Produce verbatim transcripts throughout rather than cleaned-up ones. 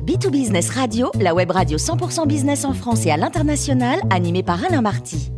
B deux Business Radio, la web radio cent pour cent business en France et à l'international, animée par Alain Marty.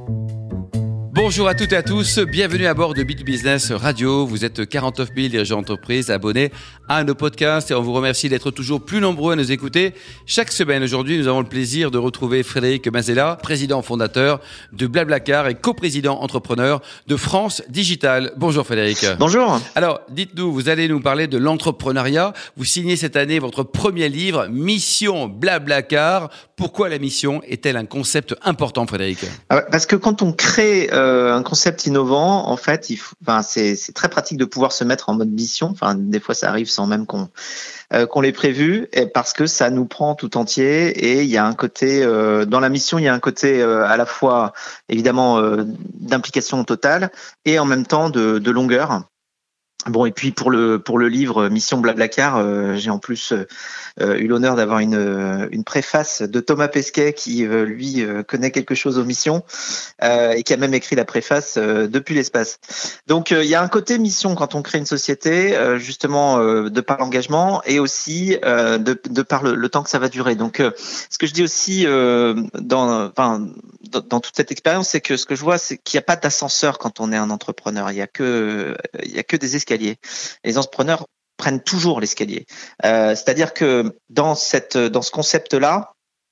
Bonjour à toutes et à tous, bienvenue à bord de B deux Business Radio. Vous êtes quarante-neuf mille dirigeants d'entreprise abonnés à nos podcasts et on vous remercie d'être toujours plus nombreux à nous écouter. Chaque semaine, aujourd'hui, nous avons le plaisir de retrouver Frédéric Mazella, président fondateur de Blablacar et coprésident entrepreneur de France Digital. Bonjour Frédéric. Bonjour. Alors, dites-nous, vous allez nous parler de l'entrepreneuriat. Vous signez cette année votre premier livre, Mission Blablacar. Pourquoi la mission est-elle un concept important, Frédéric ? Parce que quand on crée euh, un concept innovant, en fait, il faut, enfin, c'est, c'est très pratique de pouvoir se mettre en mode mission. Enfin, des fois, ça arrive sans même qu'on euh, qu'on l'ait prévu, et parce que ça nous prend tout entier. Et il y a un côté euh, dans la mission, il y a un côté euh, à la fois évidemment euh, d'implication totale et en même temps de, de longueur. Bon, et puis pour le pour le livre Mission Blablacar, euh, j'ai en plus euh, eu l'honneur d'avoir une une préface de Thomas Pesquet qui euh, lui euh, connaît quelque chose aux missions euh, et qui a même écrit la préface euh, depuis l'espace. Donc euh, il y a un côté mission quand on crée une société, euh, justement euh, de par l'engagement et aussi euh, de de par le, le temps que ça va durer. Donc euh, ce que je dis aussi euh, dans enfin dans, dans toute cette expérience, c'est que ce que je vois, c'est qu'il n'y a pas d'ascenseur quand on est un entrepreneur. Il y a que il y a que des escaliers. Les entrepreneurs prennent toujours l'escalier. Euh, c'est-à-dire que dans cette, dans ce concept-là,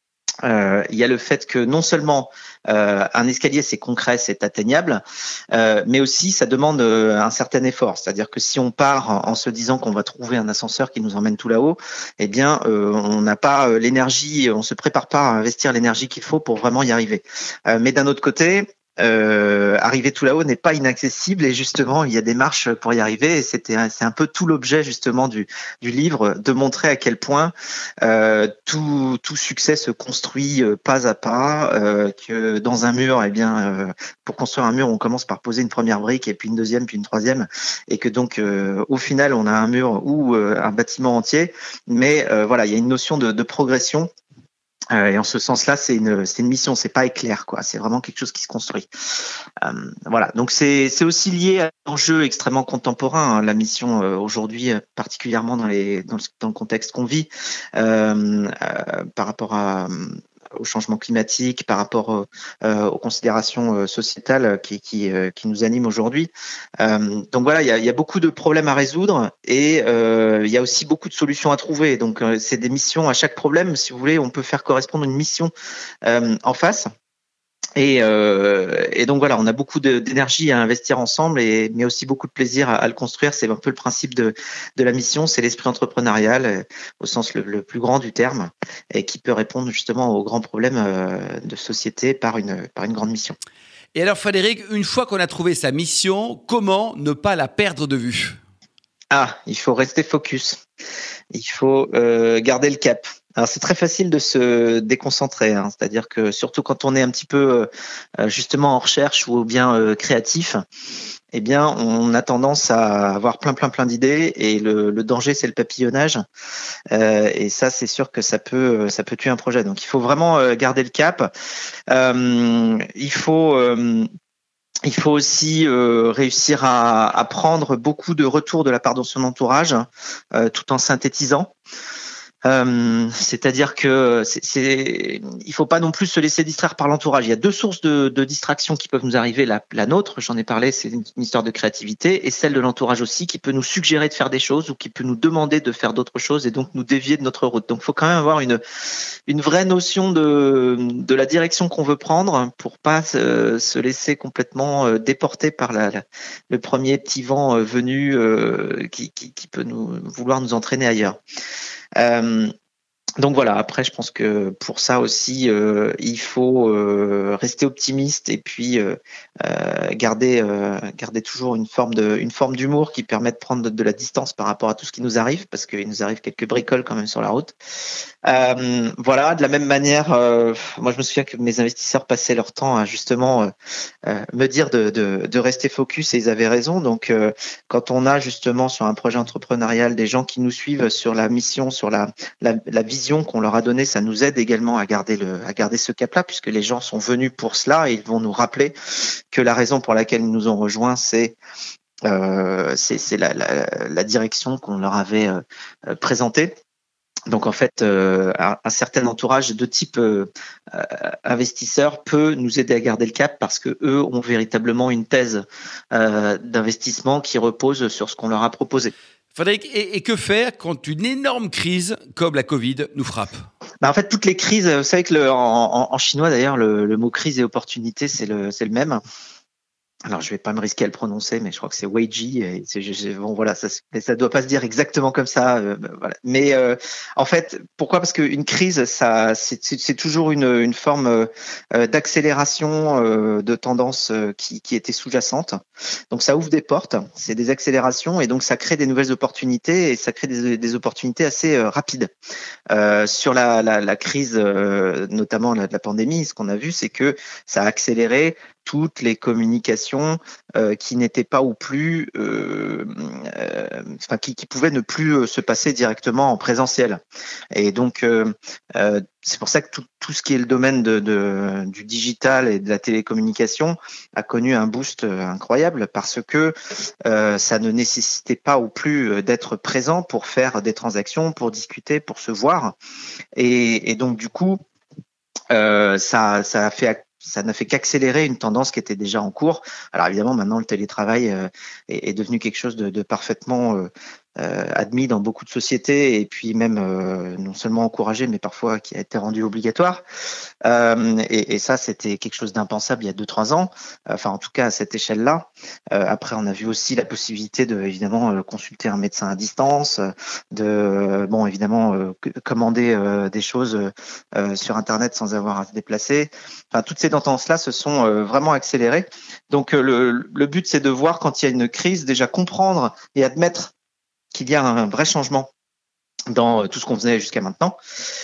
euh, il y a le fait que non seulement euh, un escalier c'est concret, c'est atteignable, euh, mais aussi ça demande euh, un certain effort. C'est-à-dire que si on part en, en se disant qu'on va trouver un ascenseur qui nous emmène tout là-haut, eh bien euh, on n'a pas euh, l'énergie, on se prépare pas à investir l'énergie qu'il faut pour vraiment y arriver. Euh, mais d'un autre côté, Euh, arriver tout là-haut n'est pas inaccessible et justement il y a des marches pour y arriver et c'était c'est un peu tout l'objet justement du du livre, de montrer à quel point euh, tout tout succès se construit euh, pas à pas, euh, que dans un mur, eh bien euh, pour construire un mur on commence par poser une première brique et puis une deuxième puis une troisième et que donc euh, au final on a un mur ou euh, un bâtiment entier, mais euh, voilà il y a une notion de, de progression. Euh, et en ce sens-là, c'est une c'est une mission, c'est pas éclair quoi. C'est vraiment quelque chose qui se construit. Euh, voilà. Donc c'est c'est aussi lié à un enjeu extrêmement contemporain. Hein, la mission euh, aujourd'hui, particulièrement dans les dans le, dans le contexte qu'on vit, euh, euh, par rapport à au changement climatique, par rapport euh, aux considérations euh, sociétales qui qui, euh, qui nous animent aujourd'hui. Euh, donc voilà, il y a, il y a beaucoup de problèmes à résoudre et euh, il y a aussi beaucoup de solutions à trouver. Donc euh, c'est des missions à chaque problème, si vous voulez, on peut faire correspondre une mission euh, en face. Et, euh, et donc voilà, on a beaucoup de, d'énergie à investir ensemble, et mais aussi beaucoup de plaisir à, à le construire. C'est un peu le principe de, de la mission, c'est l'esprit entrepreneurial euh, au sens le, le plus grand du terme, et qui peut répondre justement aux grands problèmes euh, de société par une par une grande mission. Et alors Frédéric, une fois qu'on a trouvé sa mission, comment ne pas la perdre de vue ? Ah, il faut rester focus. Il faut euh, garder le cap. Alors c'est très facile de se déconcentrer, hein, c'est-à-dire que surtout quand on est un petit peu euh, justement en recherche ou bien euh, créatif, eh bien on a tendance à avoir plein plein plein d'idées et le, le danger c'est le papillonnage euh, et ça c'est sûr que ça peut ça peut tuer un projet. Donc il faut vraiment euh, garder le cap. Euh, il faut euh, Il faut aussi euh, réussir à, à prendre beaucoup de retours de la part de son entourage, euh, tout en synthétisant. Euh, c'est-à-dire que c'est, c'est, il faut pas non plus se laisser distraire par l'entourage. Il y a deux sources de, de distraction qui peuvent nous arriver. La, la nôtre, j'en ai parlé, c'est une, une histoire de créativité, et celle de l'entourage aussi, qui peut nous suggérer de faire des choses ou qui peut nous demander de faire d'autres choses et donc nous dévier de notre route. Donc, il faut quand même avoir une une vraie notion de de la direction qu'on veut prendre pour pas se, se laisser complètement déporter par la, la le premier petit vent venu euh, qui, qui qui peut nous vouloir nous entraîner ailleurs. Euh, donc voilà, après je pense que pour ça aussi euh, il faut euh, rester optimiste et puis euh, euh, garder euh, garder toujours une forme de une forme d'humour qui permet de prendre de, de la distance par rapport à tout ce qui nous arrive, parce qu'il nous arrive quelques bricoles quand même sur la route. Euh, voilà, de la même manière, euh, moi je me souviens que mes investisseurs passaient leur temps à justement euh, euh, me dire de, de, de rester focus, et ils avaient raison. Donc euh, quand on a justement sur un projet entrepreneurial des gens qui nous suivent sur la mission, sur la, la, la vision qu'on leur a donnée, ça nous aide également à garder le à garder ce cap-là, puisque les gens sont venus pour cela et ils vont nous rappeler que la raison pour laquelle ils nous ont rejoints, c'est euh, c'est, c'est la, la, la direction qu'on leur avait euh, présentée. Donc en fait, euh, un, un certain entourage de type euh, euh, investisseur peut nous aider à garder le cap parce que eux ont véritablement une thèse euh, d'investissement qui repose sur ce qu'on leur a proposé. Frédéric, et, et que faire quand une énorme crise comme la Covid nous frappe ? Bah en fait, toutes les crises, vous savez que le, en, en, en chinois d'ailleurs, le, le mot crise et opportunité, c'est le, c'est le même. Alors, je vais pas me risquer à le prononcer, mais je crois que c'est Weiji. Et c'est, je, bon, voilà, ça, ça doit pas se dire exactement comme ça. Euh, voilà. Mais euh, en fait, pourquoi ? Parce qu'une crise, ça, c'est, c'est toujours une, une forme euh, d'accélération euh, de tendance euh, qui, qui était sous-jacente. Donc, ça ouvre des portes, c'est des accélérations, et donc ça crée des nouvelles opportunités, et ça crée des, des opportunités assez euh, rapides. Euh, sur la, la, la crise, euh, notamment la, de la pandémie, ce qu'on a vu, c'est que ça a accéléré toutes les communications euh, qui n'étaient pas ou plus, euh, euh, enfin qui, qui pouvaient ne plus se passer directement en présentiel. Et donc euh, euh, c'est pour ça que tout, tout ce qui est le domaine de, de, du digital et de la télécommunication a connu un boost incroyable parce que euh, ça ne nécessitait pas ou plus d'être présent pour faire des transactions, pour discuter, pour se voir. Et, et donc du coup, euh, ça, ça a fait ça n'a fait qu'accélérer une tendance qui était déjà en cours. Alors évidemment, maintenant, le télétravail euh, est, est devenu quelque chose de, de parfaitement euh, euh, admis dans beaucoup de sociétés et puis même euh, non seulement encouragé, mais parfois qui a été rendu obligatoire. Euh, et, et ça, c'était quelque chose d'impensable il y a deux, trois ans. Enfin, en tout cas, à cette échelle-là. Euh, après, on a vu aussi la possibilité de, évidemment, consulter un médecin à distance, de, bon, évidemment, euh, commander euh, des choses euh, sur Internet sans avoir à se déplacer. Enfin, toutes ces tendances-là se sont euh, vraiment accélérées. Donc, euh, le, le but, c'est de voir quand il y a une crise, déjà comprendre et admettre qu'il y a un vrai changement dans tout ce qu'on faisait jusqu'à maintenant,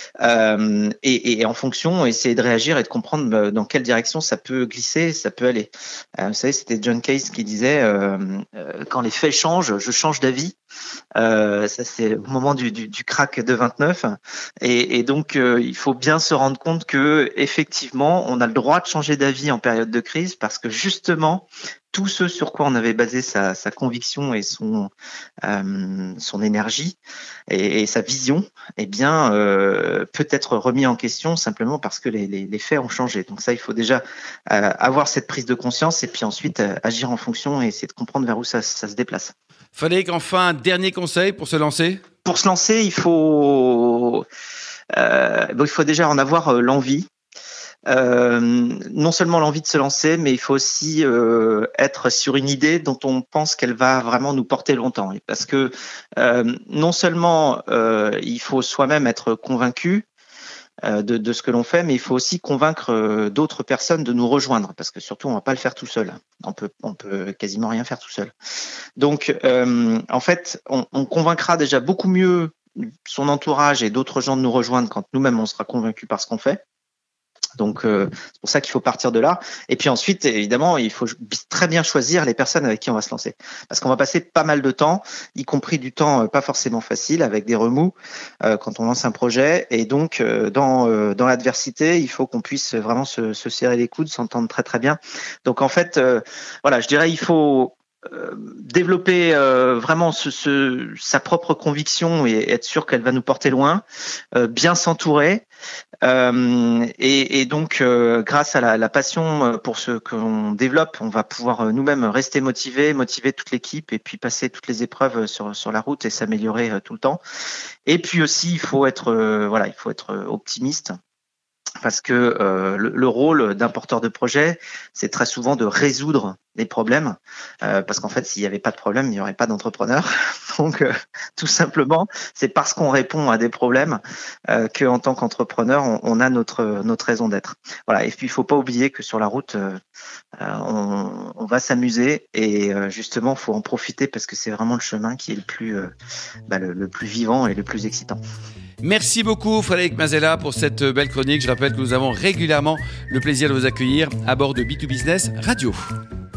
euh, et, et en fonction, essayer de réagir et de comprendre dans quelle direction ça peut glisser, ça peut aller. Euh, vous savez, c'était John Case qui disait euh, euh, quand les faits changent, je change d'avis. Euh, ça, c'est au moment du, du, du crack de vingt-neuf, et, et donc euh, il faut bien se rendre compte que effectivement, on a le droit de changer d'avis en période de crise parce que justement, tout ce sur quoi on avait basé sa, sa conviction et son euh, son énergie et, et sa vision, eh bien, euh, peut être remis en question simplement parce que les, les, les faits ont changé. Donc ça, il faut déjà euh, avoir cette prise de conscience et puis ensuite euh, agir en fonction et essayer de comprendre vers où ça, ça se déplace. Frédéric, enfin, un dernier conseil pour se lancer ? Pour se lancer, il faut euh, bon, il faut déjà en avoir euh, l'envie. Euh, non seulement l'envie de se lancer, mais il faut aussi euh, être sur une idée dont on pense qu'elle va vraiment nous porter longtemps. Parce que euh, non seulement euh, il faut soi-même être convaincu euh, de, de ce que l'on fait, mais il faut aussi convaincre euh, d'autres personnes de nous rejoindre. Parce que surtout, on va pas le faire tout seul. On peut, on peut quasiment rien faire tout seul. Donc, euh, en fait, on, on convaincra déjà beaucoup mieux son entourage et d'autres gens de nous rejoindre quand nous-mêmes on sera convaincus par ce qu'on fait. Donc euh, c'est pour ça qu'il faut partir de là. Et puis ensuite, évidemment, il faut très bien choisir les personnes avec qui on va se lancer, parce qu'on va passer pas mal de temps, y compris du temps euh, pas forcément facile, avec des remous euh, quand on lance un projet. Et donc euh, dans euh, dans l'adversité, il faut qu'on puisse vraiment se, se serrer les coudes, s'entendre très très bien. Donc en fait, euh, voilà, je dirais il faut Euh, développer euh, vraiment ce, ce, sa propre conviction et être sûr qu'elle va nous porter loin, euh, bien s'entourer euh, et, et donc euh, grâce à la, la passion pour ce qu'on développe, on va pouvoir nous-mêmes rester motivés, motiver toute l'équipe et puis passer toutes les épreuves sur, sur la route et s'améliorer euh, tout le temps. Et puis aussi, il faut être euh, voilà, il faut être optimiste. Parce que euh, le, le rôle d'un porteur de projet, c'est très souvent de résoudre des problèmes. Euh, parce qu'en fait, s'il n'y avait pas de problème, il n'y aurait pas d'entrepreneur. Donc, euh, tout simplement, c'est parce qu'on répond à des problèmes euh, qu'en tant qu'entrepreneur, on, on a notre notre raison d'être. Voilà. Et puis, il faut pas oublier que sur la route, euh, on, on va s'amuser et euh, justement, faut en profiter parce que c'est vraiment le chemin qui est le plus euh, bah, le, le plus vivant et le plus excitant. Merci beaucoup Frédéric Mazella pour cette belle chronique. Je rappelle que nous avons régulièrement le plaisir de vous accueillir à bord de B deux Business Radio.